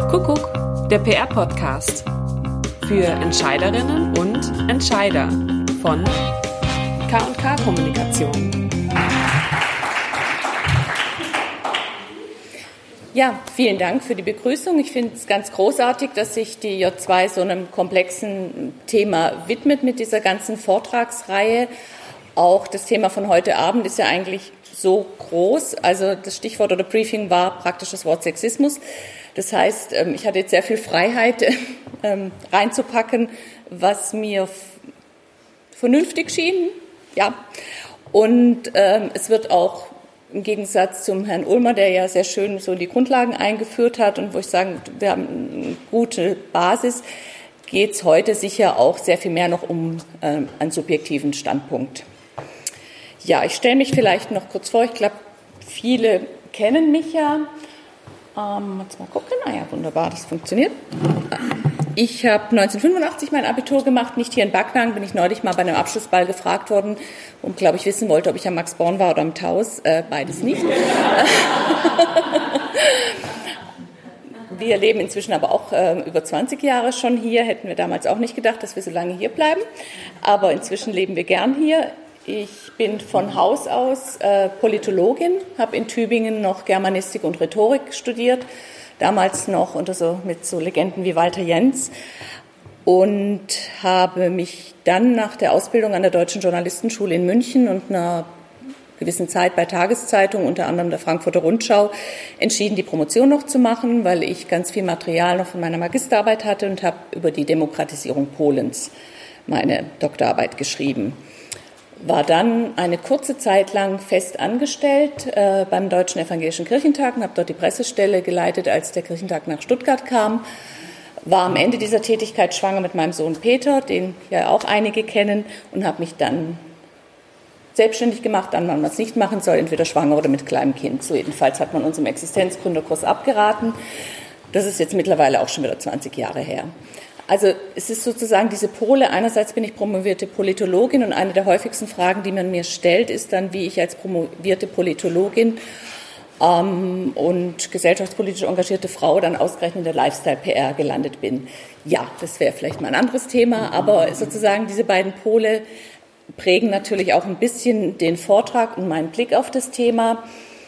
Kuckuck, der PR-Podcast für Entscheiderinnen und Entscheider von K&K Kommunikation. Ja, vielen Dank für die Begrüßung. Ich finde es ganz großartig, dass sich die J2 so einem komplexen Thema widmet mit dieser ganzen Vortragsreihe. Auch das Thema von heute Abend ist ja eigentlich so groß. Also das Stichwort oder Briefing war praktisch das Wort Sexismus. Das heißt, ich hatte jetzt sehr viel Freiheit reinzupacken, was mir vernünftig schien. Ja. Und es wird auch im Gegensatz zum Herrn Ulmer, der ja sehr schön so die Grundlagen eingeführt hat und wo ich sage, wir haben eine gute Basis, geht es heute sicher auch sehr viel mehr noch um einen subjektiven Standpunkt. Ja, ich stelle mich vielleicht noch kurz vor. Ich glaube, viele kennen mich ja. Jetzt mal gucken. Ah ja, wunderbar, das funktioniert. Ich habe 1985 mein Abitur gemacht, nicht hier in Backnang, bin ich neulich mal bei einem Abschlussball gefragt worden und, glaube ich, wissen wollte, ob ich am Max Born war oder am Taus. Beides nicht. Wir leben inzwischen aber auch über 20 Jahre schon hier. Hätten wir damals auch nicht gedacht, dass wir so lange hier bleiben. Aber inzwischen leben wir gern hier. Ich bin von Haus aus Politologin, habe in Tübingen noch Germanistik und Rhetorik studiert. Damals noch mit so Legenden wie Walter Jens und habe mich dann nach der Ausbildung an der Deutschen Journalistenschule in München und einer gewissen Zeit bei Tageszeitungen, unter anderem der Frankfurter Rundschau, entschieden, die Promotion noch zu machen, weil ich ganz viel Material noch von meiner Magisterarbeit hatte und habe über die Demokratisierung Polens meine Doktorarbeit geschrieben. War dann eine kurze Zeit lang fest angestellt beim Deutschen Evangelischen Kirchentag und habe dort die Pressestelle geleitet, als der Kirchentag nach Stuttgart kam. War am Ende dieser Tätigkeit schwanger mit meinem Sohn Peter, den ja auch einige kennen, und habe mich dann selbstständig gemacht, dann man es nicht machen soll, entweder schwanger oder mit kleinem Kind. So jedenfalls hat man uns im Existenzgründerkurs abgeraten. Das ist jetzt mittlerweile auch schon wieder 20 Jahre her. Also es ist sozusagen diese Pole. Einerseits bin ich promovierte Politologin und eine der häufigsten Fragen, die man mir stellt, ist dann, wie ich als promovierte Politologin und gesellschaftspolitisch engagierte Frau dann ausgerechnet in der Lifestyle-PR gelandet bin. Ja, das wäre vielleicht mal ein anderes Thema, aber sozusagen diese beiden Pole prägen natürlich auch ein bisschen den Vortrag und meinen Blick auf das Thema.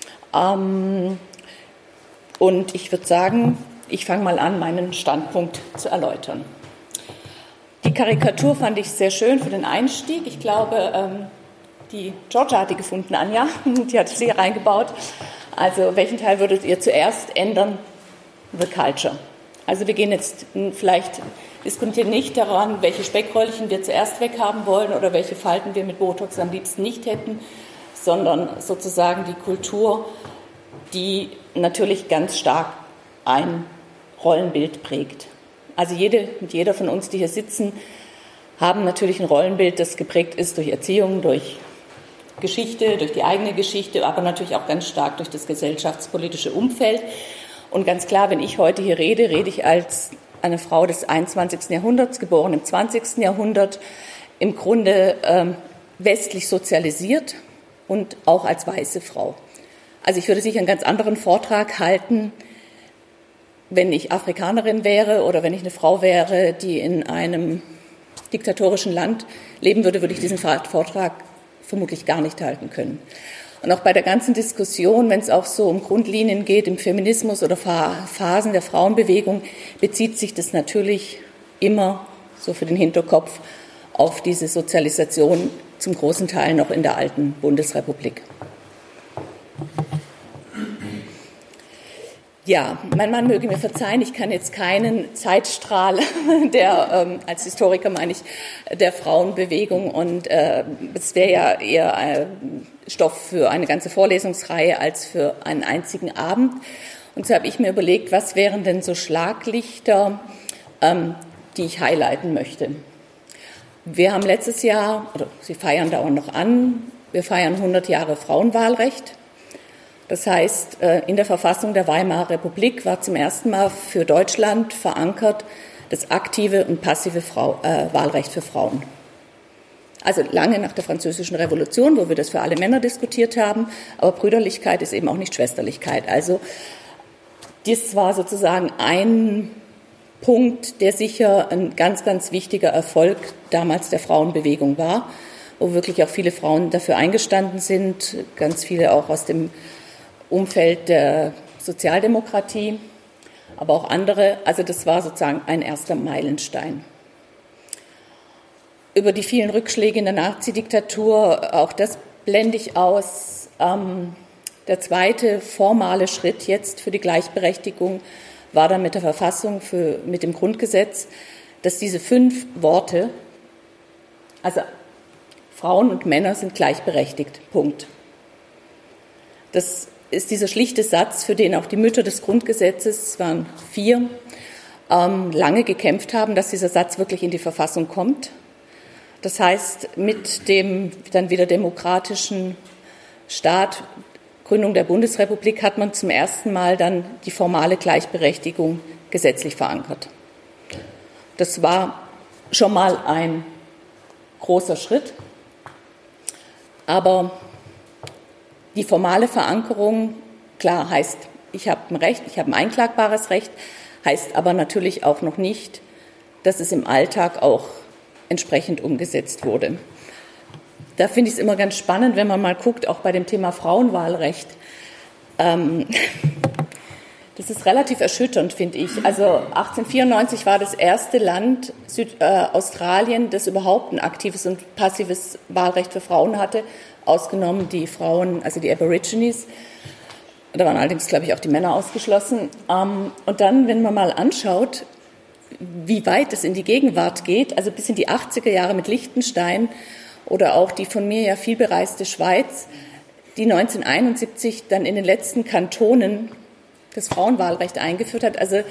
Und ich würde sagen, ich fange mal an, meinen Standpunkt zu erläutern. Die Karikatur fand ich sehr schön für den Einstieg. Ich glaube, die Georgia hat die gefunden, Anja, die hat sie hier reingebaut. Also welchen Teil würdet ihr zuerst ändern? The Culture. Also wir gehen jetzt vielleicht, diskutieren nicht daran, welche Speckröllchen wir zuerst weghaben wollen oder welche Falten wir mit Botox am liebsten nicht hätten, sondern sozusagen die Kultur, die natürlich ganz stark ein Rollenbild prägt. Also jeder von uns, die hier sitzen, haben natürlich ein Rollenbild, das geprägt ist durch Erziehung, durch Geschichte, durch die eigene Geschichte, aber natürlich auch ganz stark durch das gesellschaftspolitische Umfeld. Und ganz klar, wenn ich heute hier rede, rede ich als eine Frau des 21. Jahrhunderts, geboren im 20. Jahrhundert, im Grunde westlich sozialisiert und auch als weiße Frau. Also ich würde sicher einen ganz anderen Vortrag halten, wenn ich Afrikanerin wäre oder wenn ich eine Frau wäre, die in einem diktatorischen Land leben würde, würde ich diesen Vortrag vermutlich gar nicht halten können. Und auch bei der ganzen Diskussion, wenn es auch so um Grundlinien geht im Feminismus oder Phasen der Frauenbewegung, bezieht sich das natürlich immer so für den Hinterkopf auf diese Sozialisation zum großen Teil noch in der alten Bundesrepublik. Ja, mein Mann möge mir verzeihen, ich kann jetzt keinen Zeitstrahl als Historiker meine ich, der Frauenbewegung und es wäre ja eher Stoff für eine ganze Vorlesungsreihe als für einen einzigen Abend. Und so habe ich mir überlegt, was wären denn so Schlaglichter, die ich highlighten möchte. Wir haben letztes Jahr, oder sie feiern dauernd noch an, wir feiern 100 Jahre Frauenwahlrecht. Das heißt, in der Verfassung der Weimarer Republik war zum ersten Mal für Deutschland verankert das aktive und passive Wahlrecht für Frauen. Also lange nach der Französischen Revolution, wo wir das für alle Männer diskutiert haben, aber Brüderlichkeit ist eben auch nicht Schwesterlichkeit. Also Das war sozusagen ein Punkt, der sicher ein ganz, ganz wichtiger Erfolg damals der Frauenbewegung war, wo wirklich auch viele Frauen dafür eingestanden sind, ganz viele auch aus dem Umfeld der Sozialdemokratie, aber auch andere. Also das war sozusagen ein erster Meilenstein. Über die vielen Rückschläge in der Nazidiktatur, auch das blende ich aus. Der zweite formale Schritt jetzt für die Gleichberechtigung war dann mit der Verfassung, mit dem Grundgesetz, dass diese 5 Worte, also Frauen und Männer sind gleichberechtigt, Punkt. Das ist dieser schlichte Satz, für den auch die Mütter des Grundgesetzes, es waren 4, lange gekämpft haben, dass dieser Satz wirklich in die Verfassung kommt. Das heißt, mit dem dann wieder demokratischen Staat, Gründung der Bundesrepublik, hat man zum ersten Mal dann die formale Gleichberechtigung gesetzlich verankert. Das war schon mal ein großer Schritt, aber die formale Verankerung, klar, heißt, ich habe ein Recht, ich habe ein einklagbares Recht, heißt aber natürlich auch noch nicht, dass es im Alltag auch entsprechend umgesetzt wurde. Da finde ich es immer ganz spannend, wenn man mal guckt, auch bei dem Thema Frauenwahlrecht. Das ist relativ erschütternd, finde ich. Also 1894 war das erste Land, Australien, das überhaupt ein aktives und passives Wahlrecht für Frauen hatte, ausgenommen die Frauen, also die Aborigines. Da waren allerdings, glaube ich, auch die Männer ausgeschlossen. Und dann, wenn man mal anschaut, wie weit es in die Gegenwart geht, also bis in die 80er Jahre mit Liechtenstein, oder auch die von mir ja viel bereiste Schweiz, die 1971 dann in den letzten Kantonen das Frauenwahlrecht eingeführt hat. Also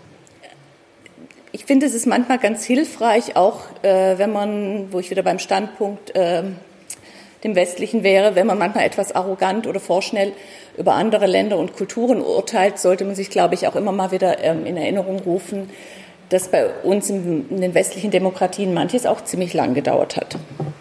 ich finde, es ist manchmal ganz hilfreich, auch wenn man, wo ich wieder beim Standpunkt dem Westlichen wäre, wenn man manchmal etwas arrogant oder vorschnell über andere Länder und Kulturen urteilt, sollte man sich, glaube ich, auch immer mal wieder in Erinnerung rufen, dass bei uns in den westlichen Demokratien manches auch ziemlich lang gedauert hat.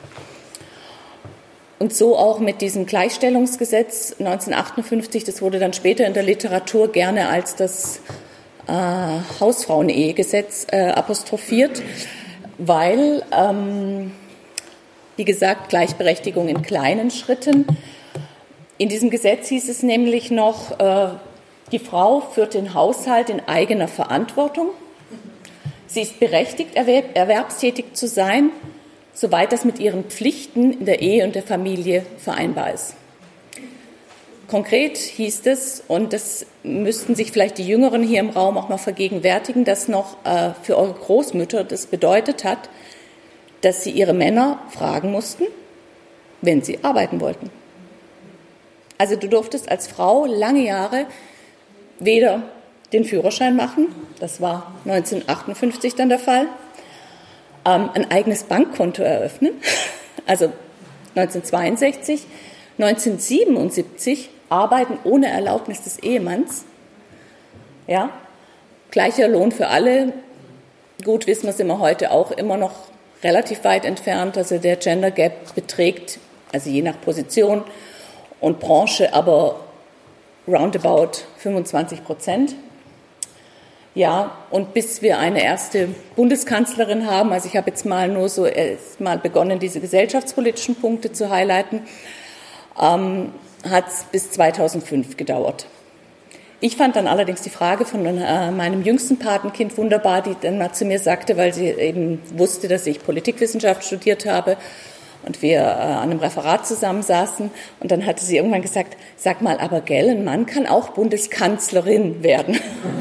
Und so auch mit diesem Gleichstellungsgesetz 1958, das wurde dann später in der Literatur gerne als das Hausfrauen-Ehegesetz apostrophiert, weil, wie gesagt, Gleichberechtigung in kleinen Schritten. In diesem Gesetz hieß es nämlich noch, die Frau führt den Haushalt in eigener Verantwortung. Sie ist berechtigt, erwerbstätig zu sein, soweit das mit ihren Pflichten in der Ehe und der Familie vereinbar ist. Konkret hieß es, und das müssten sich vielleicht die Jüngeren hier im Raum auch mal vergegenwärtigen, dass noch für eure Großmütter das bedeutet hat, dass sie ihre Männer fragen mussten, wenn sie arbeiten wollten. Also du durftest als Frau lange Jahre weder den Führerschein machen, das war 1958 dann der Fall, ein eigenes Bankkonto eröffnen, also 1962, 1977 arbeiten ohne Erlaubnis des Ehemanns, ja, gleicher Lohn für alle, gut wissen wir, sind wir heute auch immer noch relativ weit entfernt, also der Gender Gap beträgt, also je nach Position und Branche, aber roundabout 25%. Ja, und bis wir eine erste Bundeskanzlerin haben, also ich habe jetzt mal nur so mal begonnen, diese gesellschaftspolitischen Punkte zu highlighten, hat es bis 2005 gedauert. Ich fand dann allerdings die Frage von meinem jüngsten Patenkind wunderbar, die dann mal zu mir sagte, weil sie eben wusste, dass ich Politikwissenschaft studiert habe und wir an einem Referat zusammensaßen. Und dann hatte sie irgendwann gesagt, sag mal, aber gell, ein Mann kann auch Bundeskanzlerin werden.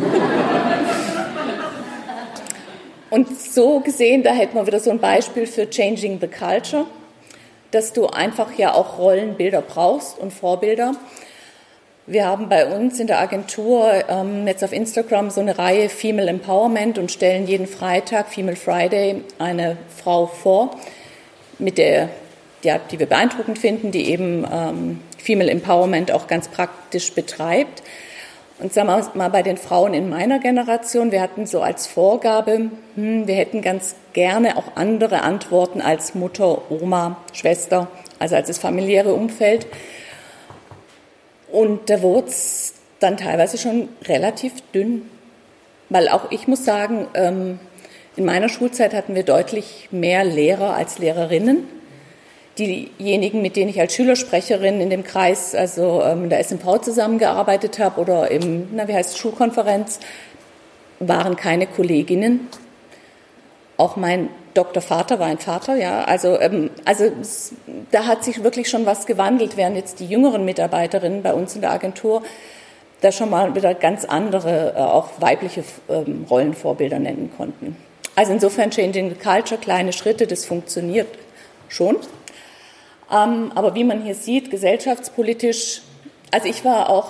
Und so gesehen, da hätten wir wieder so ein Beispiel für Changing the Culture, dass du einfach ja auch Rollenbilder brauchst und Vorbilder. Wir haben bei uns in der Agentur jetzt auf Instagram so eine Reihe Female Empowerment und stellen jeden Freitag, Female Friday, eine Frau vor, mit der, ja, die wir beeindruckend finden, die eben Female Empowerment auch ganz praktisch betreibt. Und sagen wir mal bei den Frauen in meiner Generation, wir hatten so als Vorgabe, wir hätten ganz gerne auch andere Antworten als Mutter, Oma, Schwester, also als das familiäre Umfeld. Und da wurde es dann teilweise schon relativ dünn. Weil auch ich muss sagen, in meiner Schulzeit hatten wir deutlich mehr Lehrer als Lehrerinnen. Diejenigen, mit denen ich als Schülersprecherin in dem Kreis, also in der SMV zusammengearbeitet habe oder im, Schulkonferenz, waren keine Kolleginnen. Auch mein Doktorvater war ein Vater, ja. Also da hat sich wirklich schon was gewandelt, während jetzt die jüngeren Mitarbeiterinnen bei uns in der Agentur da schon mal wieder ganz andere, auch weibliche Rollenvorbilder nennen konnten. Also insofern Changing the Culture, kleine Schritte, das funktioniert schon. Aber wie man hier sieht, gesellschaftspolitisch, also ich war auch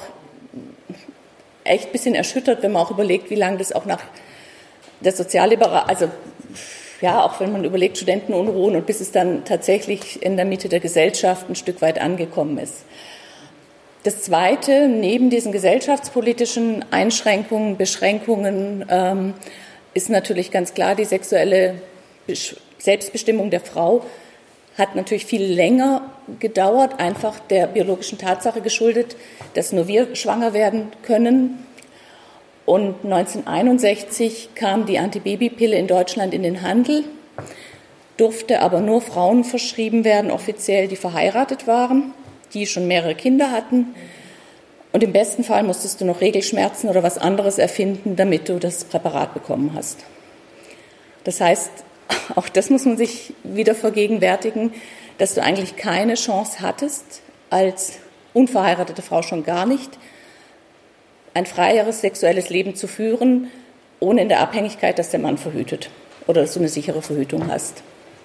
echt ein bisschen erschüttert, wenn man auch überlegt, wie lange das auch nach der Sozialliberal, also ja, auch wenn man überlegt, Studentenunruhen und bis es dann tatsächlich in der Mitte der Gesellschaft ein Stück weit angekommen ist. Das Zweite, neben diesen gesellschaftspolitischen Einschränkungen, Beschränkungen, ist natürlich ganz klar, die sexuelle Selbstbestimmung der Frau hat natürlich viel länger gedauert, einfach der biologischen Tatsache geschuldet, dass nur wir schwanger werden können. Und 1961 kam die Antibabypille in Deutschland in den Handel, durfte aber nur Frauen verschrieben werden, offiziell, die verheiratet waren, die schon mehrere Kinder hatten. Und im besten Fall musstest du noch Regelschmerzen oder was anderes erfinden, damit du das Präparat bekommen hast. Das heißt, auch das muss man sich wieder vergegenwärtigen, dass du eigentlich keine Chance hattest, als unverheiratete Frau schon gar nicht, ein freieres sexuelles Leben zu führen, ohne in der Abhängigkeit, dass der Mann verhütet oder dass du eine sichere Verhütung hast.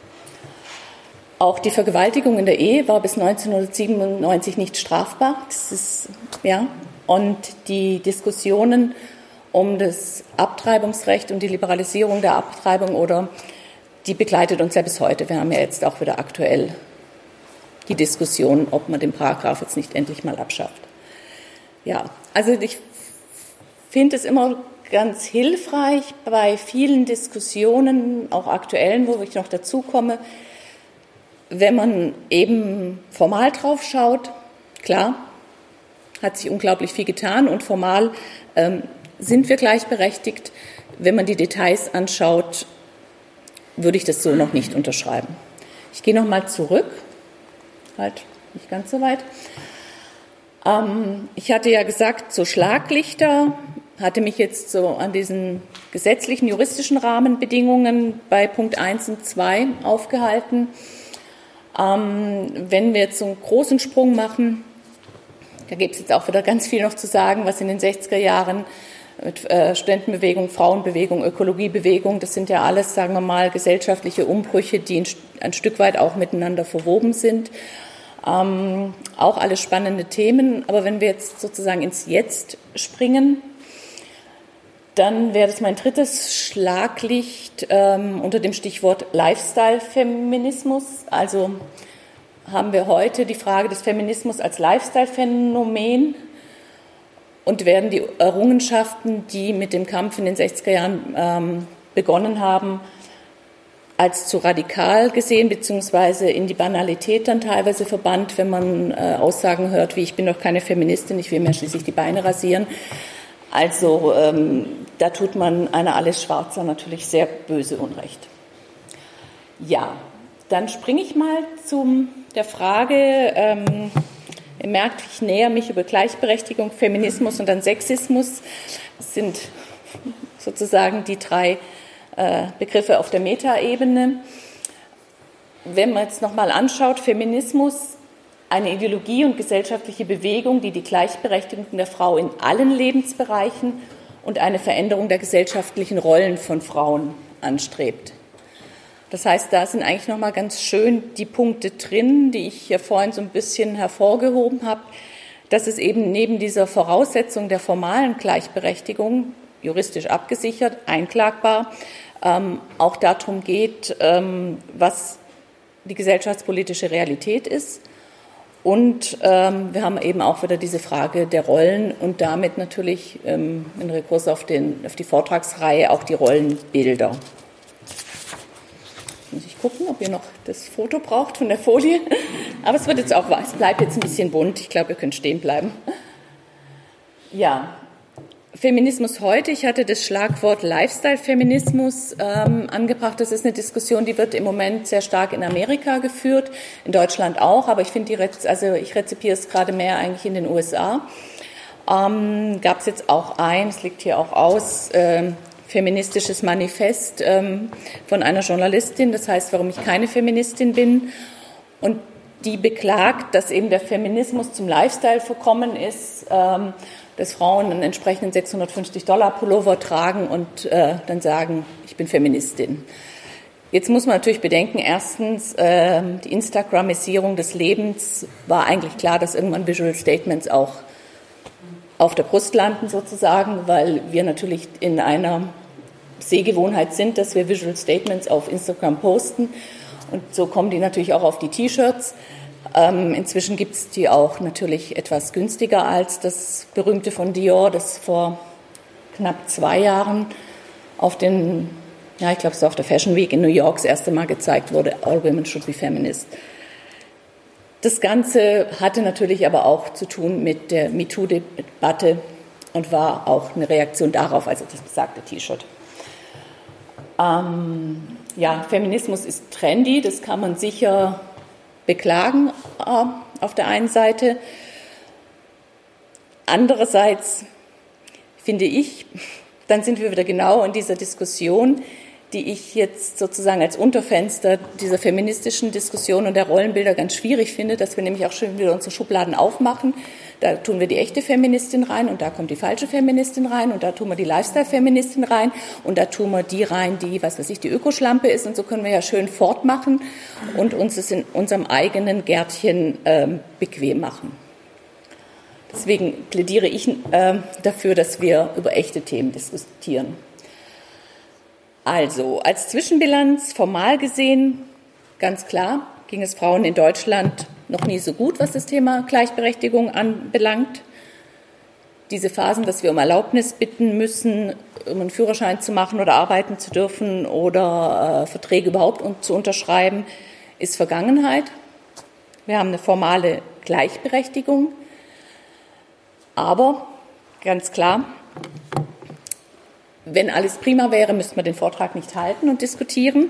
Auch die Vergewaltigung in der Ehe war bis 1997 nicht strafbar. Das ist, ja, und die Diskussionen um das Abtreibungsrecht und die Liberalisierung der Abtreibung die begleitet uns ja bis heute. Wir haben ja jetzt auch wieder aktuell die Diskussion, ob man den Paragraph jetzt nicht endlich mal abschafft. Ja, also ich finde es immer ganz hilfreich bei vielen Diskussionen, auch aktuellen, wo ich noch dazu komme, wenn man eben formal drauf schaut. Klar, hat sich unglaublich viel getan und formal sind wir gleichberechtigt. Wenn man die Details anschaut, würde ich das so noch nicht unterschreiben. Ich gehe noch mal zurück, halt nicht ganz so weit. Ich hatte ja gesagt, so Schlaglichter, hatte mich jetzt so an diesen gesetzlichen, juristischen Rahmenbedingungen bei Punkt 1 und 2 aufgehalten. Wenn wir jetzt so einen großen Sprung machen, da gibt es jetzt auch wieder ganz viel noch zu sagen, was in den 60er Jahren mit Studentenbewegung, Frauenbewegung, Ökologiebewegung, das sind ja alles, sagen wir mal, gesellschaftliche Umbrüche, die ein Stück weit auch miteinander verwoben sind. Auch alles spannende Themen, aber wenn wir jetzt sozusagen ins Jetzt springen, dann wäre das mein drittes Schlaglicht unter dem Stichwort Lifestyle-Feminismus. Also haben wir heute die Frage des Feminismus als Lifestyle-Phänomen und werden die Errungenschaften, die mit dem Kampf in den 60er Jahren begonnen haben, als zu radikal gesehen, beziehungsweise in die Banalität dann teilweise verbannt, wenn man Aussagen hört, wie ich bin doch keine Feministin, ich will mir schließlich die Beine rasieren. Also da tut man einer Alice Schwarzer natürlich sehr böse Unrecht. Ja, dann springe ich mal zu der Frage, ihr merkt, ich näher mich über Gleichberechtigung, Feminismus und dann Sexismus. Das sind sozusagen die drei Begriffe auf der Metaebene. Wenn man jetzt nochmal anschaut, Feminismus, eine Ideologie und gesellschaftliche Bewegung, die die Gleichberechtigung der Frau in allen Lebensbereichen und eine Veränderung der gesellschaftlichen Rollen von Frauen anstrebt. Das heißt, da sind eigentlich nochmal ganz schön die Punkte drin, die ich ja vorhin so ein bisschen hervorgehoben habe, dass es eben neben dieser Voraussetzung der formalen Gleichberechtigung, juristisch abgesichert, einklagbar, auch darum geht, was die gesellschaftspolitische Realität ist. Und wir haben eben auch wieder diese Frage der Rollen und damit natürlich in Rekurs auf die Vortragsreihe auch die Rollenbilder. Muss ich gucken, ob ihr noch das Foto braucht von der Folie. Aber es bleibt jetzt ein bisschen bunt. Ich glaube, ihr könnt stehen bleiben. Ja, Feminismus heute. Ich hatte das Schlagwort Lifestyle-Feminismus angebracht. Das ist eine Diskussion, die wird im Moment sehr stark in Amerika geführt, in Deutschland auch, aber ich finde, ich rezipiere es gerade mehr eigentlich in den USA. Gab es jetzt auch es liegt hier auch aus, feministisches Manifest von einer Journalistin, das heißt, warum ich keine Feministin bin. Und die beklagt, dass eben der Feminismus zum Lifestyle verkommen ist, dass Frauen einen entsprechenden $650 Pullover tragen und dann sagen, ich bin Feministin. Jetzt muss man natürlich bedenken, erstens, die Instagramisierung des Lebens war eigentlich klar, dass irgendwann Visual Statements auch auf der Brust landen sozusagen, weil wir natürlich in einer Sehgewohnheit sind, dass wir Visual Statements auf Instagram posten und so kommen die natürlich auch auf die T-Shirts. Inzwischen gibt es die auch natürlich etwas günstiger als das berühmte von Dior, das vor knapp 2 Jahren auf den, ich glaube es war auf der Fashion Week in New York das erste Mal gezeigt wurde, All Women Should Be Feminist. Das Ganze hatte natürlich aber auch zu tun mit der MeToo-Debatte und war auch eine Reaktion darauf, also das besagte T-Shirt. Feminismus ist trendy, das kann man sicher beklagen auf der einen Seite. Andererseits finde ich, dann sind wir wieder genau in dieser Diskussion, die ich jetzt sozusagen als Unterfenster dieser feministischen Diskussion und der Rollenbilder ganz schwierig finde, dass wir nämlich auch schon wieder unsere Schubladen aufmachen. Da tun wir die echte Feministin rein und da kommt die falsche Feministin rein und da tun wir die Lifestyle-Feministin rein und da tun wir die rein, die, die Ökoschlampe ist und so können wir ja schön fortmachen und uns es in unserem eigenen Gärtchen bequem machen. Deswegen plädiere ich dafür, dass wir über echte Themen diskutieren. Also, als Zwischenbilanz formal gesehen, ganz klar, ging es Frauen in Deutschland noch nie so gut, was das Thema Gleichberechtigung anbelangt. Diese Phasen, dass wir um Erlaubnis bitten müssen, um einen Führerschein zu machen oder arbeiten zu dürfen oder Verträge überhaupt zu unterschreiben, ist Vergangenheit. Wir haben eine formale Gleichberechtigung, aber ganz klar, wenn alles prima wäre, müsste man den Vortrag nicht halten und diskutieren.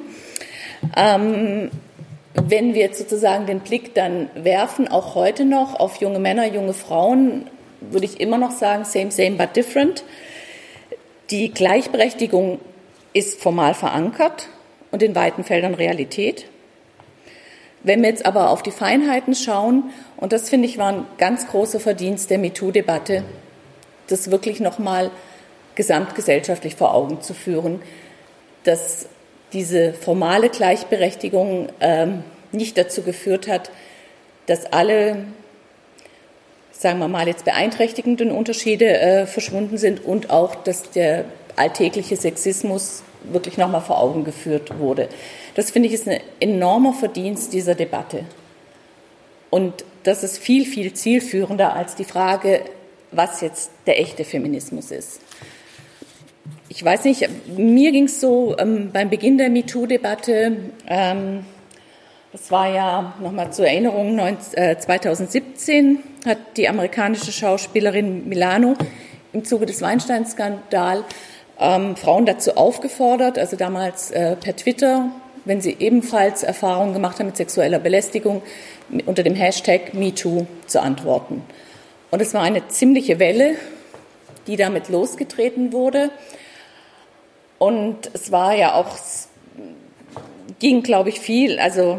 Wenn wir jetzt sozusagen den Blick dann werfen, auch heute noch auf junge Männer, junge Frauen, würde ich immer noch sagen, same, same, but different. Die Gleichberechtigung ist formal verankert und in weiten Feldern Realität. Wenn wir jetzt aber auf die Feinheiten schauen, und das finde ich war ein ganz großer Verdienst der MeToo-Debatte, das wirklich nochmal gesamtgesellschaftlich vor Augen zu führen, dass diese formale Gleichberechtigung nicht dazu geführt hat, dass alle, sagen wir mal jetzt beeinträchtigenden Unterschiede verschwunden sind und auch, dass der alltägliche Sexismus wirklich nochmal vor Augen geführt wurde. Das finde ich ist ein enormer Verdienst dieser Debatte. Und das ist viel, viel zielführender als die Frage, was jetzt der echte Feminismus ist. Ich weiß nicht, mir ging es so beim Beginn der MeToo-Debatte, das war ja nochmal zur Erinnerung, 2017 hat die amerikanische Schauspielerin Milano im Zuge des Weinstein-Skandals Frauen dazu aufgefordert, also damals per Twitter, wenn sie ebenfalls Erfahrungen gemacht haben mit sexueller Belästigung, unter dem Hashtag MeToo zu antworten. Und es war eine ziemliche Welle, die damit losgetreten wurde. Und es war ja auch, ging, glaube ich, viel, also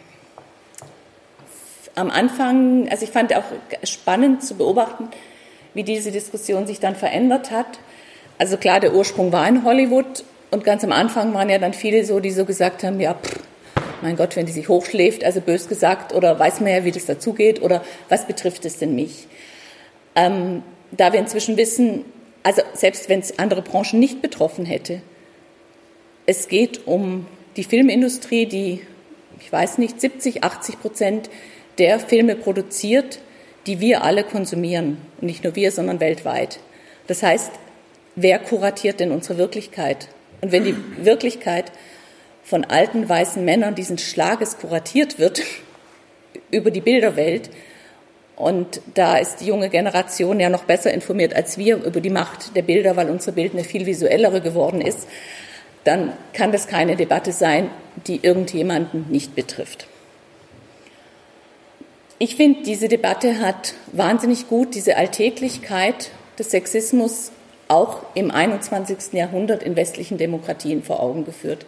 am Anfang, also ich fand auch spannend zu beobachten, wie diese Diskussion sich dann verändert hat. Also klar, der Ursprung war in Hollywood und ganz am Anfang waren ja dann viele so, die so gesagt haben, ja, mein Gott, wenn die sich hochschläft, also bös gesagt, oder weiß man ja, wie das dazugeht, oder was betrifft es denn mich? Da wir inzwischen wissen, also selbst wenn es andere Branchen nicht betroffen hätte, es geht um die Filmindustrie, die, ich weiß nicht, 70-80% der Filme produziert, die wir alle konsumieren. Und nicht nur wir, sondern weltweit. Das heißt, wer kuratiert denn unsere Wirklichkeit? Und wenn die Wirklichkeit von alten weißen Männern diesen Schlages kuratiert wird über die Bilderwelt Und da ist die junge Generation ja noch besser informiert als wir über die Macht der Bilder, weil unsere Bild eine viel visuellere geworden ist. Dann kann das keine Debatte sein, die irgendjemanden nicht betrifft. Ich finde, diese Debatte hat wahnsinnig gut diese Alltäglichkeit des Sexismus auch im 21. Jahrhundert in westlichen Demokratien vor Augen geführt.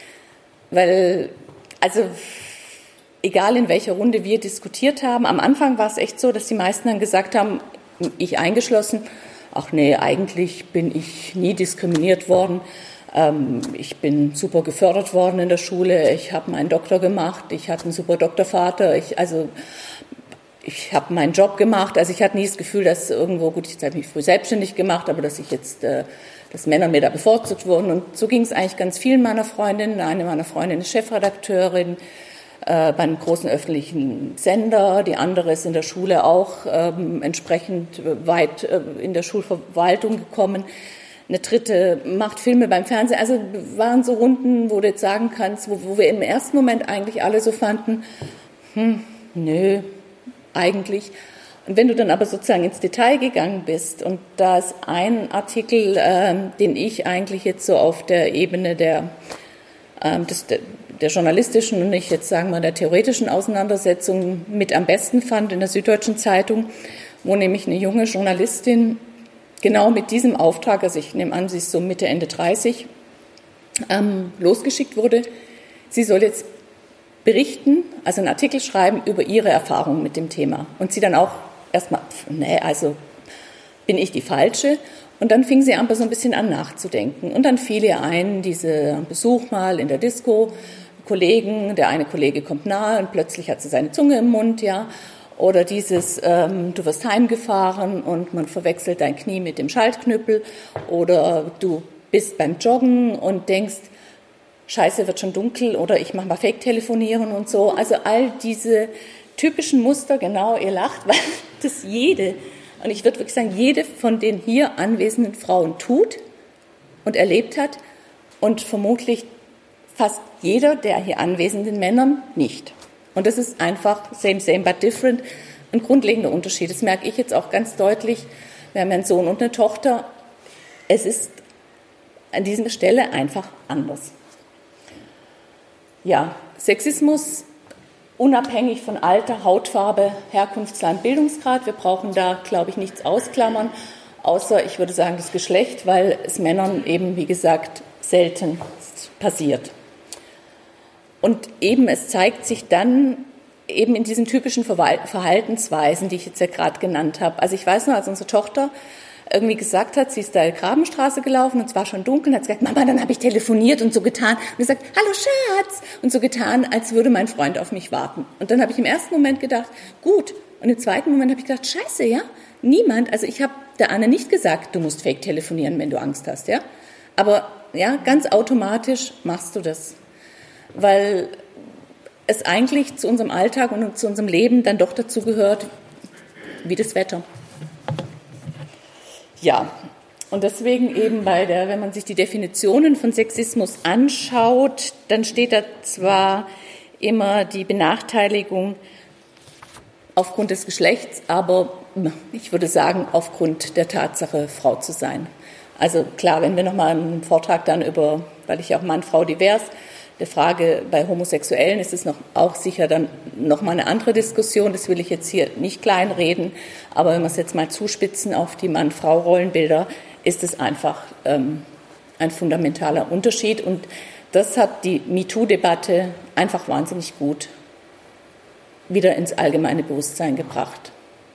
Weil, also egal in welcher Runde wir diskutiert haben, am Anfang war es echt so, dass die meisten dann gesagt haben, ich eingeschlossen, ach nee, eigentlich bin ich nie diskriminiert worden. Ich bin super gefördert worden in der Schule, ich habe meinen Doktor gemacht, ich hatte einen super Doktorvater, ich habe meinen Job gemacht, also ich hatte nie das Gefühl, dass irgendwo, gut, ich habe mich früh selbstständig gemacht, aber dass dass Männer mir da bevorzugt wurden. Und so ging es eigentlich ganz vielen meiner Freundinnen. Eine meiner Freundinnen ist Chefredakteurin bei einem großen öffentlichen Sender, die andere ist in der Schule auch entsprechend weit in der Schulverwaltung gekommen. Eine dritte macht Filme beim Fernsehen. Also waren so Runden, wo du jetzt sagen kannst, wo wir im ersten Moment eigentlich alle so fanden, nö, eigentlich. Und wenn du dann aber sozusagen ins Detail gegangen bist, und da ist ein Artikel, den ich eigentlich jetzt so auf der Ebene der journalistischen und nicht jetzt sagen wir der theoretischen Auseinandersetzung mit am besten fand in der Süddeutschen Zeitung, wo nämlich eine junge Journalistin genau mit diesem Auftrag, also ich nehme an, sie ist so Mitte, Ende 30, losgeschickt wurde. Sie soll jetzt berichten, also einen Artikel schreiben über ihre Erfahrungen mit dem Thema. Und sie dann auch erstmal, also bin ich die Falsche? Und dann fing sie aber so ein bisschen an nachzudenken. Und dann fiel ihr ein, dieser Besuch mal in der Disco, Kollegen, der eine Kollege kommt nahe und plötzlich hat sie seine Zunge im Mund, ja. Oder dieses, du wirst heimgefahren und man verwechselt dein Knie mit dem Schaltknüppel. Oder du bist beim Joggen und denkst, Scheiße, wird schon dunkel, oder ich mache mal Fake-Telefonieren und so. Also all diese typischen Muster, genau, ihr lacht, weil das jede, und ich würde wirklich sagen, jede von den hier anwesenden Frauen tut und erlebt hat und vermutlich fast jeder der hier anwesenden Männern nicht. Und das ist einfach same, same, but different, ein grundlegender Unterschied. Das merke ich jetzt auch ganz deutlich. Wir haben einen Sohn und eine Tochter. Es ist an dieser Stelle einfach anders. Ja, Sexismus unabhängig von Alter, Hautfarbe, Herkunftsland, Bildungsgrad. Wir brauchen da, glaube ich, nichts ausklammern, außer, ich würde sagen, das Geschlecht, weil es Männern eben, wie gesagt, selten passiert. Und eben, es zeigt sich dann eben in diesen typischen Verhaltensweisen, die ich jetzt ja gerade genannt habe. Also ich weiß noch, als unsere Tochter irgendwie gesagt hat, sie ist da Grabenstraße gelaufen und es war schon dunkel und hat gesagt, Mama, dann habe ich telefoniert und so getan. Und sie sagt, hallo Schatz, und so getan, als würde mein Freund auf mich warten. Und dann habe ich im ersten Moment gedacht, gut. Und im zweiten Moment habe ich gedacht, scheiße, ja, niemand, also ich habe der Anne nicht gesagt, du musst fake telefonieren, wenn du Angst hast, ja. Aber ja, ganz automatisch machst du das. Weil es eigentlich zu unserem Alltag und zu unserem Leben dann doch dazu gehört, wie das Wetter. Ja, und deswegen eben wenn man sich die Definitionen von Sexismus anschaut, dann steht da zwar immer die Benachteiligung aufgrund des Geschlechts, aber ich würde sagen, aufgrund der Tatsache, Frau zu sein. Also klar, wenn wir nochmal einen Vortrag dann weil ich auch Mann, Frau divers, der Frage bei Homosexuellen ist es auch sicher dann nochmal eine andere Diskussion, das will ich jetzt hier nicht kleinreden, aber wenn wir es jetzt mal zuspitzen auf die Mann-Frau-Rollenbilder, ist es einfach ein fundamentaler Unterschied und das hat die MeToo-Debatte einfach wahnsinnig gut wieder ins allgemeine Bewusstsein gebracht.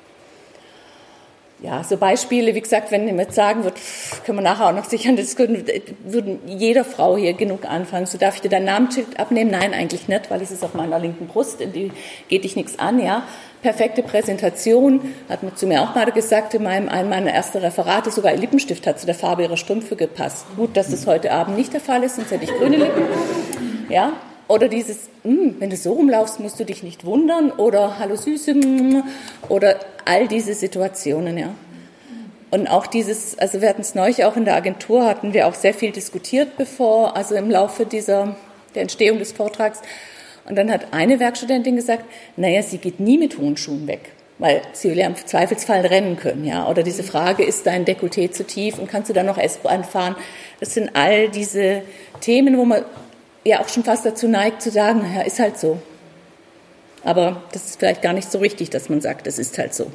Ja, so Beispiele, wie gesagt, wenn jemand sagen wird, können wir nachher auch noch sichern, das würden jeder Frau hier genug anfangen. So, darf ich dir dein Namensschild abnehmen? Nein, eigentlich nicht, weil es ist auf meiner linken Brust, die geht dich nichts an, ja. Perfekte Präsentation, hat man zu mir auch mal gesagt, in einem meiner ersten Referate, sogar ihr Lippenstift hat zu der Farbe ihrer Strümpfe gepasst. Gut, dass das heute Abend nicht der Fall ist, sonst hätte ich grüne Lippen, ja. Oder dieses, wenn du so rumlaufst, musst du dich nicht wundern. Oder hallo Süße, oder all diese Situationen, ja. Und auch dieses, also wir hatten es neulich auch in der Agentur, hatten wir auch sehr viel diskutiert also im Laufe der Entstehung des Vortrags. Und dann hat eine Werkstudentin gesagt, naja, sie geht nie mit hohen Schuhen weg. weil sie will ja im Zweifelsfall rennen können, ja. Oder diese Frage, ist dein Dekolleté zu tief und kannst du dann noch S-Bahn fahren? Das sind all diese Themen, wo man ja auch schon fast dazu neigt zu sagen, ja, ist halt so. Aber das ist vielleicht gar nicht so richtig, dass man sagt, das ist halt so.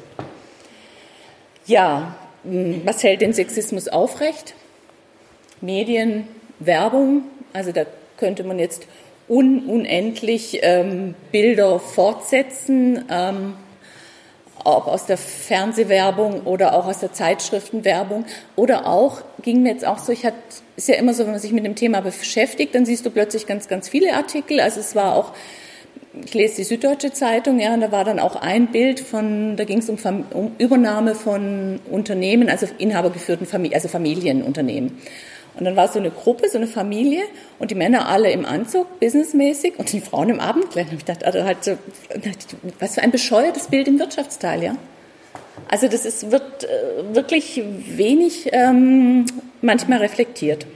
Ja, was hält den Sexismus aufrecht? Medien, Werbung, also da könnte man jetzt unendlich Bilder fortsetzen, auch aus der Fernsehwerbung oder auch aus der Zeitschriftenwerbung. Oder auch, ging mir jetzt auch so, ist ja immer so, wenn man sich mit dem Thema beschäftigt, dann siehst du plötzlich ganz, ganz viele Artikel. Also es war auch, ich lese die Süddeutsche Zeitung, ja, und da war dann auch ein Bild da ging es um Übernahme von Unternehmen, also inhabergeführten Familienunternehmen. Und dann war so eine Gruppe, so eine Familie und die Männer alle im Anzug, businessmäßig und die Frauen im Abendkleid. Und ich dachte, also halt so, was für ein bescheuertes Bild im Wirtschaftsteil, ja. Also das wird wirklich wenig manchmal reflektiert.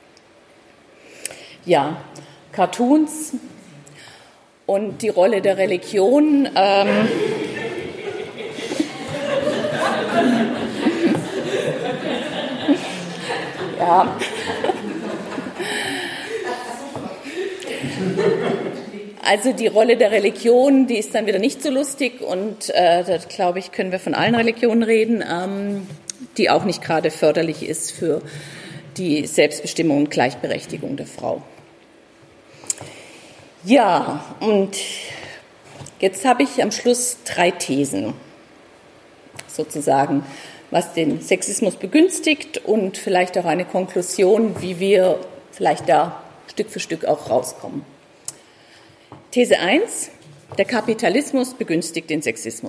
Ja, Cartoons und die Rolle der Religion. Ja. Also die Rolle der Religion, die ist dann wieder nicht so lustig und da glaube ich, können wir von allen Religionen reden, die auch nicht gerade förderlich ist für die Selbstbestimmung und Gleichberechtigung der Frau. Ja, und jetzt habe ich am Schluss 3 Thesen, sozusagen, was den Sexismus begünstigt und vielleicht auch eine Konklusion, wie wir vielleicht da Stück für Stück auch rauskommen. These 1, der Kapitalismus begünstigt den Sexismus.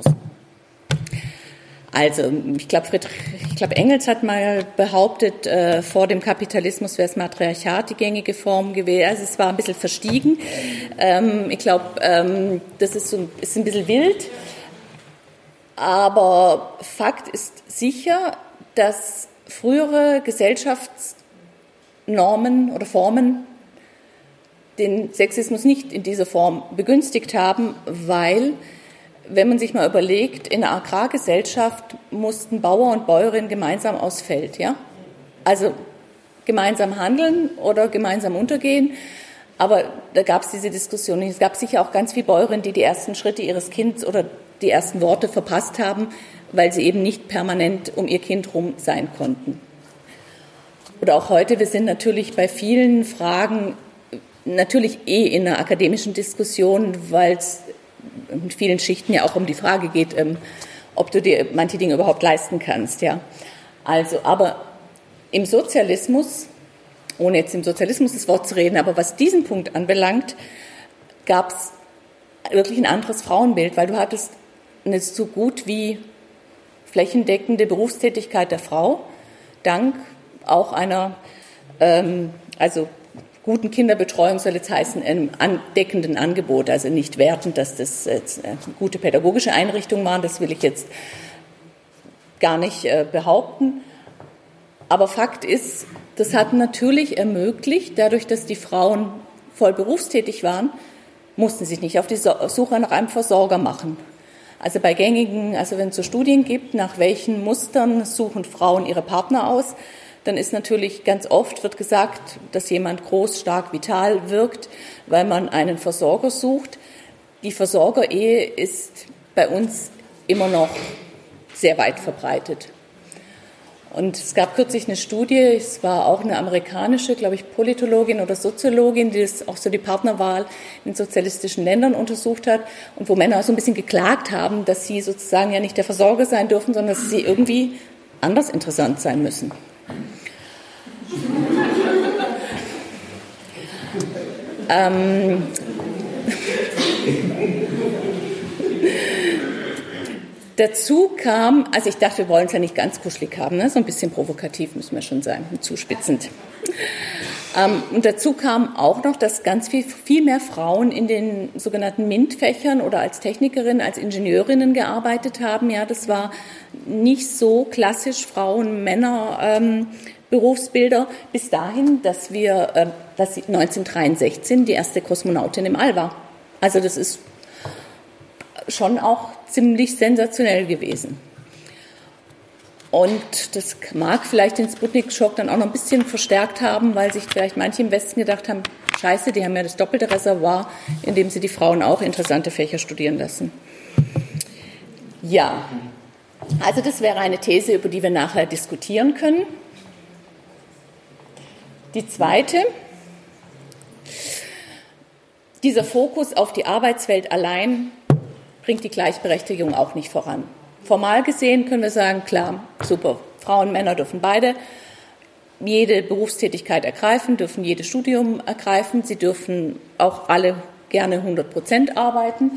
Also, ich glaube, Engels hat mal behauptet, vor dem Kapitalismus wäre das Matriarchat die gängige Form gewesen. Also, es war ein bisschen verstiegen. Ich glaube, das ist ein bisschen wild. Aber Fakt ist sicher, dass frühere Gesellschaftsnormen oder Formen den Sexismus nicht in dieser Form begünstigt haben, weil, wenn man sich mal überlegt, in einer Agrargesellschaft mussten Bauer und Bäuerin gemeinsam aufs Feld, ja? Also gemeinsam handeln oder gemeinsam untergehen. Aber da gab es diese Diskussion. Es gab sicher auch ganz viele Bäuerinnen, die ersten Schritte ihres Kindes oder die ersten Worte verpasst haben, weil sie eben nicht permanent um ihr Kind rum sein konnten. Oder auch heute, wir sind natürlich bei vielen Fragen natürlich in einer akademischen Diskussion, weil es in vielen Schichten ja auch um die Frage geht, ob du dir manche Dinge überhaupt leisten kannst, ja. Also, aber im Sozialismus, ohne jetzt im Sozialismus das Wort zu reden, aber was diesen Punkt anbelangt, gab es wirklich ein anderes Frauenbild, weil du hattest eine so gut wie flächendeckende Berufstätigkeit der Frau, dank auch einer, guten Kinderbetreuung soll jetzt heißen, einem andeckenden Angebot, also nicht wertend, dass das jetzt eine gute pädagogische Einrichtung waren, das will ich jetzt gar nicht behaupten. Aber Fakt ist, das hat natürlich ermöglicht, dadurch, dass die Frauen voll berufstätig waren, mussten sich nicht auf die Suche nach einem Versorger machen. Also bei wenn es so Studien gibt, nach welchen Mustern suchen Frauen ihre Partner aus, dann ist natürlich ganz oft, wird gesagt, dass jemand groß, stark, vital wirkt, weil man einen Versorger sucht. Die Versorgerehe ist bei uns immer noch sehr weit verbreitet. Und es gab kürzlich eine Studie, es war auch eine amerikanische, glaube ich, Politologin oder Soziologin, die auch so die Partnerwahl in sozialistischen Ländern untersucht hat und wo Männer so ein bisschen geklagt haben, dass sie sozusagen ja nicht der Versorger sein dürfen, sondern dass sie irgendwie anders interessant sein müssen. Dazu kam, also ich dachte, wir wollen es ja nicht ganz kuschelig haben, ne? So ein bisschen provokativ müssen wir schon sagen, zuspitzend. Und dazu kam auch noch, dass ganz viel mehr Frauen in den sogenannten MINT-Fächern oder als Technikerinnen, als Ingenieurinnen gearbeitet haben. Ja, das war nicht so klassisch Frauen-Männer Berufsbilder, bis dahin, dass sie 1963 die erste Kosmonautin im All war. Also das ist schon auch ziemlich sensationell gewesen. Und das mag vielleicht den Sputnik-Schock dann auch noch ein bisschen verstärkt haben, weil sich vielleicht manche im Westen gedacht haben, scheiße, die haben ja das doppelte Reservoir, indem sie die Frauen auch interessante Fächer studieren lassen. Ja, also das wäre eine These, über die wir nachher diskutieren können. Die zweite, dieser Fokus auf die Arbeitswelt allein bringt die Gleichberechtigung auch nicht voran. Formal gesehen können wir sagen, klar, super, Frauen und Männer dürfen beide jede Berufstätigkeit ergreifen, dürfen jedes Studium ergreifen, sie dürfen auch alle gerne 100% arbeiten.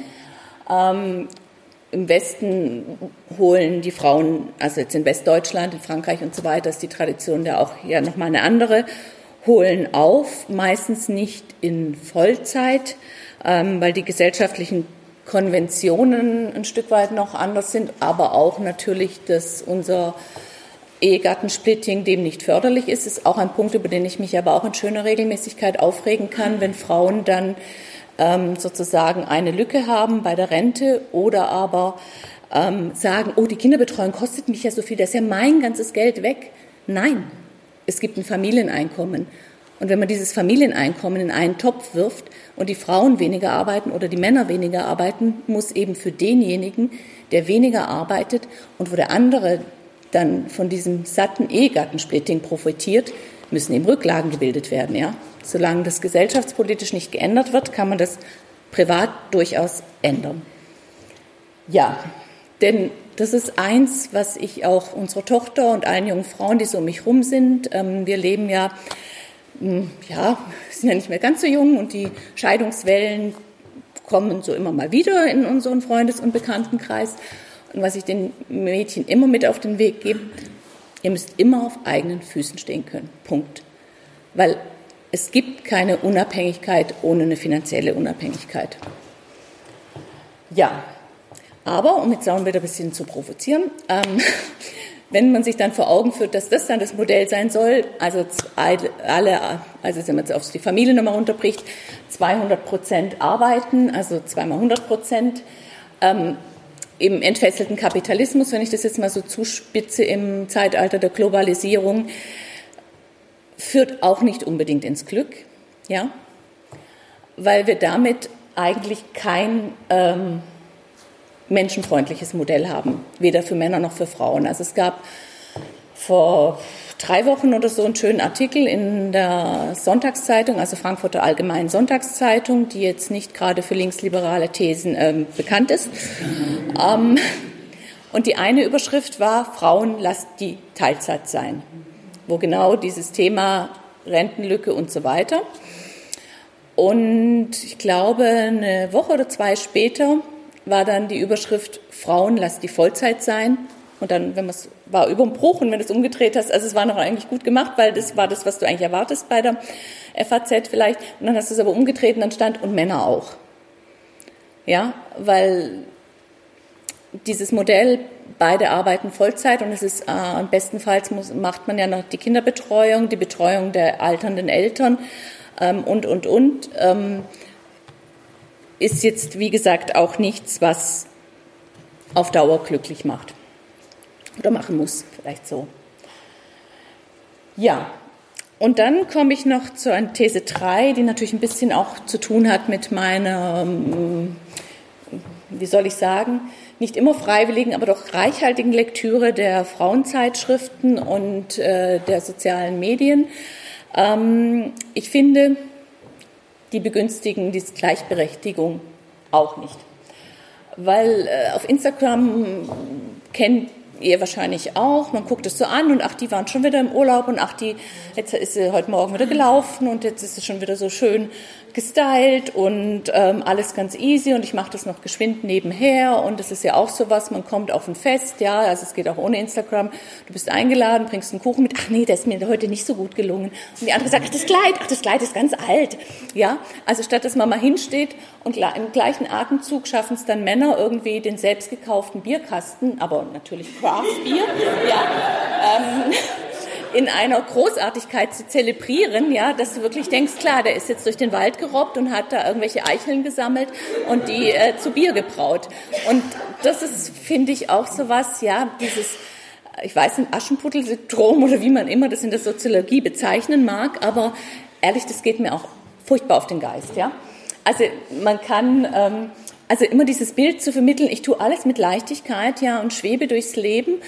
Im Westen holen die Frauen, also jetzt in Westdeutschland, in Frankreich und so weiter, ist die Tradition ja auch ja nochmal eine andere, holen auf, meistens nicht in Vollzeit, weil die gesellschaftlichen Konventionen ein Stück weit noch anders sind, aber auch natürlich, dass unser Ehegattensplitting dem nicht förderlich ist auch ein Punkt, über den ich mich aber auch in schöner Regelmäßigkeit aufregen kann, wenn Frauen dann sozusagen eine Lücke haben bei der Rente oder aber sagen, oh, die Kinderbetreuung kostet mich ja so viel, da ist ja mein ganzes Geld weg. Nein, es gibt ein Familieneinkommen. Und wenn man dieses Familieneinkommen in einen Topf wirft und die Frauen weniger arbeiten oder die Männer weniger arbeiten, muss eben für denjenigen, der weniger arbeitet und wo der andere dann von diesem satten Ehegattensplitting profitiert, müssen eben Rücklagen gebildet werden. Ja? Solange das gesellschaftspolitisch nicht geändert wird, kann man das privat durchaus ändern. Ja, denn das ist eins, was ich auch unserer Tochter und allen jungen Frauen, die so um mich rum sind, wir leben ja, sind ja nicht mehr ganz so jung und die Scheidungswellen kommen so immer mal wieder in unseren Freundes- und Bekanntenkreis. Und was ich den Mädchen immer mit auf den Weg gebe, ihr müsst immer auf eigenen Füßen stehen können. Punkt. Weil es gibt keine Unabhängigkeit ohne eine finanzielle Unabhängigkeit. Ja, aber, um jetzt auch wieder ein bisschen zu provozieren, wenn man sich dann vor Augen führt, dass das dann das Modell sein soll, also wenn man es auf die Familie nochmal runterbricht, 200% arbeiten, also 2x100%, im entfesselten Kapitalismus, wenn ich das jetzt mal so zuspitze, im Zeitalter der Globalisierung, führt auch nicht unbedingt ins Glück, ja, weil wir damit eigentlich kein menschenfreundliches Modell haben, weder für Männer noch für Frauen. Also es gab vor 3 Wochen oder so einen schönen Artikel in der Sonntagszeitung, also Frankfurter Allgemeinen Sonntagszeitung, die jetzt nicht gerade für linksliberale Thesen bekannt ist. Und die eine Überschrift war, Frauen, lasst die Teilzeit sein, wo genau dieses Thema Rentenlücke und so weiter. Und ich glaube, eine Woche oder 2 später war dann die Überschrift, Frauen, lasst die Vollzeit sein. Und dann, war überm Bruch, und wenn du es umgedreht hast, also es war noch eigentlich gut gemacht, weil das war das, was du eigentlich erwartest bei der FAZ vielleicht. Und dann hast du es aber umgedreht und dann stand, und Männer auch. Ja, weil dieses Modell, beide arbeiten Vollzeit und es ist, bestenfalls macht man ja noch die Kinderbetreuung, die Betreuung der alternden Eltern ist jetzt, wie gesagt, auch nichts, was auf Dauer glücklich macht. Oder machen muss, vielleicht so. Ja, und dann komme ich noch zu einer These 3, die natürlich ein bisschen auch zu tun hat mit meiner, wie soll ich sagen, nicht immer freiwilligen, aber doch reichhaltigen Lektüre der Frauenzeitschriften und der sozialen Medien. Ich finde, die begünstigen die Gleichberechtigung auch nicht. Weil auf Instagram kennt ihr wahrscheinlich auch, man guckt es so an und ach, die waren schon wieder im Urlaub und ach, jetzt ist sie heute Morgen wieder gelaufen und jetzt ist sie schon wieder so schön gestylt und alles ganz easy und ich mache das noch geschwind nebenher und das ist ja auch sowas, man kommt auf ein Fest, ja, also es geht auch ohne Instagram, du bist eingeladen, bringst einen Kuchen mit, ach nee, der ist mir heute nicht so gut gelungen und die andere sagt, ach, das Kleid ist ganz alt, ja, also statt dass man mal hinsteht und im gleichen Atemzug schaffen es dann Männer irgendwie den selbst gekauften Bierkasten, aber natürlich Craft-Bier, ja, in einer Großartigkeit zu zelebrieren, ja, dass du wirklich denkst, klar, der ist jetzt durch den Wald gerobbt und hat da irgendwelche Eicheln gesammelt und die zu Bier gebraut. Und das ist, finde ich, auch sowas, ja, dieses, ich weiß nicht, Aschenputtel-Syndrom oder wie man immer das in der Soziologie bezeichnen mag, aber ehrlich, das geht mir auch furchtbar auf den Geist, ja. Also man kann, also immer dieses Bild zu vermitteln, ich tue alles mit Leichtigkeit, ja, und schwebe durchs Leben,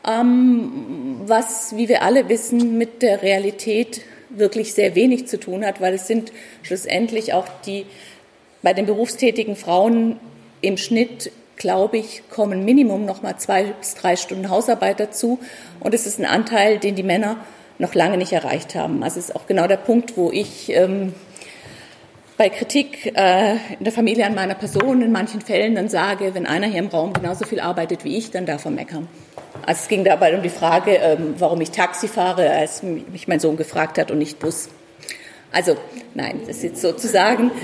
was, wie wir alle wissen, mit der Realität wirklich sehr wenig zu tun hat, weil es sind schlussendlich auch die, bei den berufstätigen Frauen im Schnitt, glaube ich, kommen Minimum noch mal 2 bis 3 Stunden Hausarbeit dazu. Und es ist ein Anteil, den die Männer noch lange nicht erreicht haben. Also es ist auch genau der Punkt, wo ich bei Kritik in der Familie an meiner Person in manchen Fällen dann sage, wenn einer hier im Raum genauso viel arbeitet wie ich, dann darf er meckern. Also es ging dabei um die Frage, warum ich Taxi fahre, als mich mein Sohn gefragt hat und nicht Bus. Also nein, das ist jetzt sozusagen,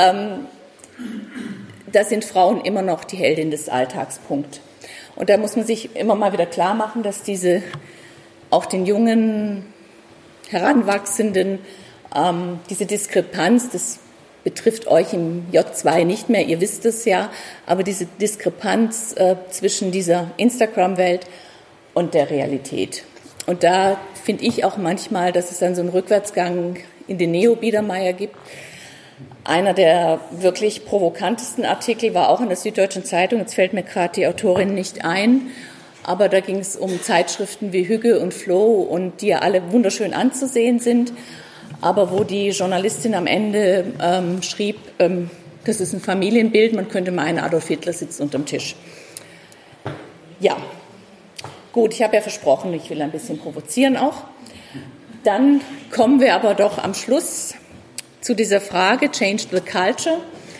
da sind Frauen immer noch die Heldin des Alltags, Punkt. Und da muss man sich immer mal wieder klar machen, dass diese auch den jungen, Heranwachsenden, diese Diskrepanz, das betrifft euch im J2 nicht mehr, ihr wisst es ja, aber diese Diskrepanz zwischen dieser Instagram-Welt und der Realität. Und da finde ich auch manchmal, dass es dann so einen Rückwärtsgang in den Neo-Biedermeier gibt. Einer der wirklich provokantesten Artikel war auch in der Süddeutschen Zeitung, jetzt fällt mir gerade die Autorin nicht ein, aber da ging es um Zeitschriften wie Hügge und Floh und die ja alle wunderschön anzusehen sind, aber wo die Journalistin am Ende schrieb, das ist ein Familienbild, man könnte meinen, Adolf Hitler sitzt unterm Tisch. Ja, gut, ich habe ja versprochen, ich will ein bisschen provozieren auch. Dann kommen wir aber doch am Schluss zu dieser Frage, Change the Culture.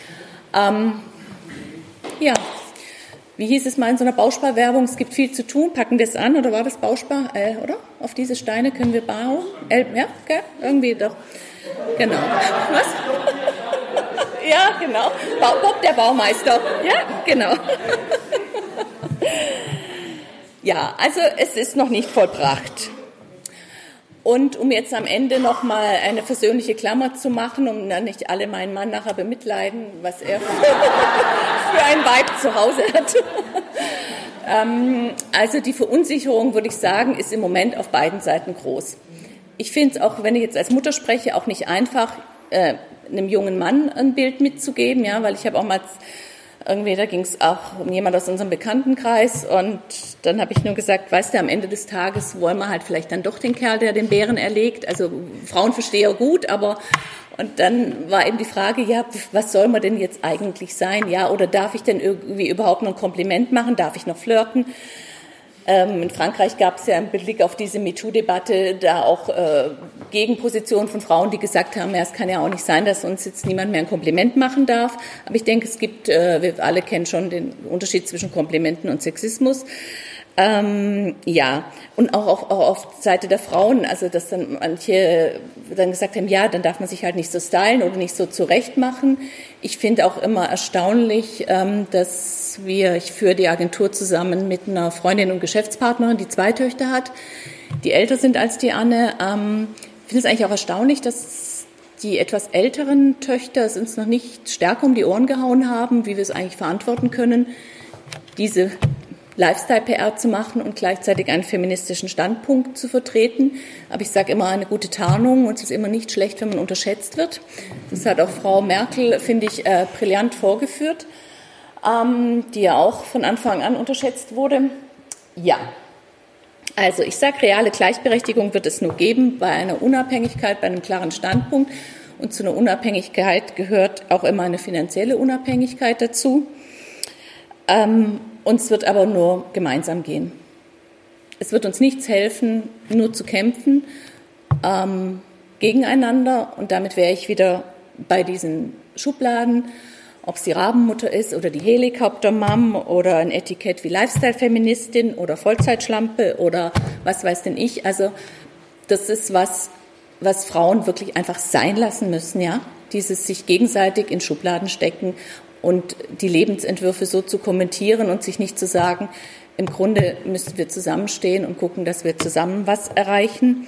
Ja, wie hieß es mal in so einer Bausparwerbung, es gibt viel zu tun, packen wir es an, oder war das Bauspar, oder? Auf diese Steine können wir bauen. Ja, okay, irgendwie doch. Genau. Was? Ja, genau. Bob, der Baumeister. Ja, genau. Ja, also es ist noch nicht vollbracht. Und um jetzt am Ende nochmal eine versöhnliche Klammer zu machen, um dann nicht alle meinen Mann nachher bemitleiden, was er für ein Weib zu Hause hat. Also die Verunsicherung, würde ich sagen, ist im Moment auf beiden Seiten groß. Ich finde es auch, wenn ich jetzt als Mutter spreche, auch nicht einfach, einem jungen Mann ein Bild mitzugeben, ja, weil ich habe auch mal irgendwie, da ging es auch um jemand aus unserem Bekanntenkreis und dann habe ich nur gesagt, weißt du, am Ende des Tages wollen wir halt vielleicht dann doch den Kerl, der den Bären erlegt. Also Frauenversteher gut, aber und dann war eben die Frage, ja, was soll man denn jetzt eigentlich sein? Ja, oder darf ich denn irgendwie überhaupt noch ein Kompliment machen? Darf ich noch flirten? In Frankreich gab es ja im Blick auf diese MeToo-Debatte da auch Gegenpositionen von Frauen, die gesagt haben, ja, es kann ja auch nicht sein, dass uns jetzt niemand mehr ein Kompliment machen darf. Aber ich denke, es gibt, wir alle kennen schon den Unterschied zwischen Komplimenten und Sexismus. Ja, und auch auf Seite der Frauen, also dass dann manche dann gesagt haben, ja, dann darf man sich halt nicht so stylen oder nicht so zurecht machen. Ich finde auch immer erstaunlich, dass ich führe die Agentur zusammen mit einer Freundin und Geschäftspartnerin, die 2 Töchter hat, die älter sind als die Anne. Ich finde es eigentlich auch erstaunlich, dass die etwas älteren Töchter es uns noch nicht stärker um die Ohren gehauen haben, wie wir es eigentlich verantworten können, diese Lifestyle-PR zu machen und gleichzeitig einen feministischen Standpunkt zu vertreten. Aber ich sage immer, eine gute Tarnung, und es ist immer nicht schlecht, wenn man unterschätzt wird. Das hat auch Frau Merkel, finde ich, brillant vorgeführt, die ja auch von Anfang an unterschätzt wurde. Ja, also ich sage, reale Gleichberechtigung wird es nur geben bei einer Unabhängigkeit, bei einem klaren Standpunkt. Und zu einer Unabhängigkeit gehört auch immer eine finanzielle Unabhängigkeit dazu. Uns wird aber nur gemeinsam gehen. Es wird uns nichts helfen, nur zu kämpfen gegeneinander. Und damit wäre ich wieder bei diesen Schubladen, ob es die Rabenmutter ist oder die Helikoptermam oder ein Etikett wie Lifestyle-Feministin oder Vollzeitschlampe oder was weiß denn ich. Also das ist was Frauen wirklich einfach sein lassen müssen, ja. Dieses sich gegenseitig in Schubladen stecken und die Lebensentwürfe so zu kommentieren und sich nicht zu sagen, im Grunde müssten wir zusammenstehen und gucken, dass wir zusammen was erreichen.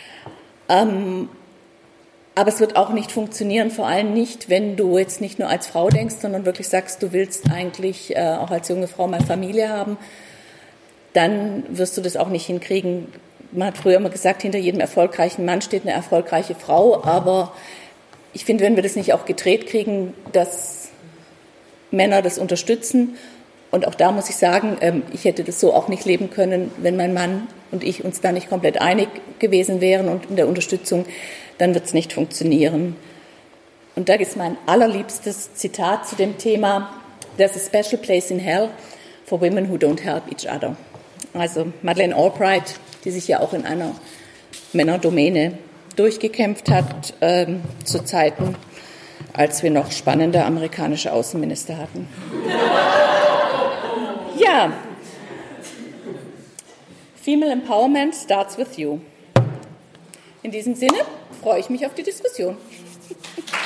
Aber es wird auch nicht funktionieren, vor allem nicht, wenn du jetzt nicht nur als Frau denkst, sondern wirklich sagst, du willst eigentlich auch als junge Frau mal Familie haben, dann wirst du das auch nicht hinkriegen. Man hat früher immer gesagt, hinter jedem erfolgreichen Mann steht eine erfolgreiche Frau, aber ich finde, wenn wir das nicht auch gedreht kriegen, dass Männer das unterstützen, und auch da muss ich sagen, ich hätte das so auch nicht leben können, wenn mein Mann und ich uns da nicht komplett einig gewesen wären und in der Unterstützung, dann wird es nicht funktionieren. Und da ist mein allerliebstes Zitat zu dem Thema: There's a special place in hell for women who don't help each other. Also Madeleine Albright, die sich ja auch in einer Männerdomäne durchgekämpft hat, zu Zeiten, als wir noch spannende amerikanische Außenminister hatten. Ja, Female Empowerment starts with you. In diesem Sinne freue ich mich auf die Diskussion.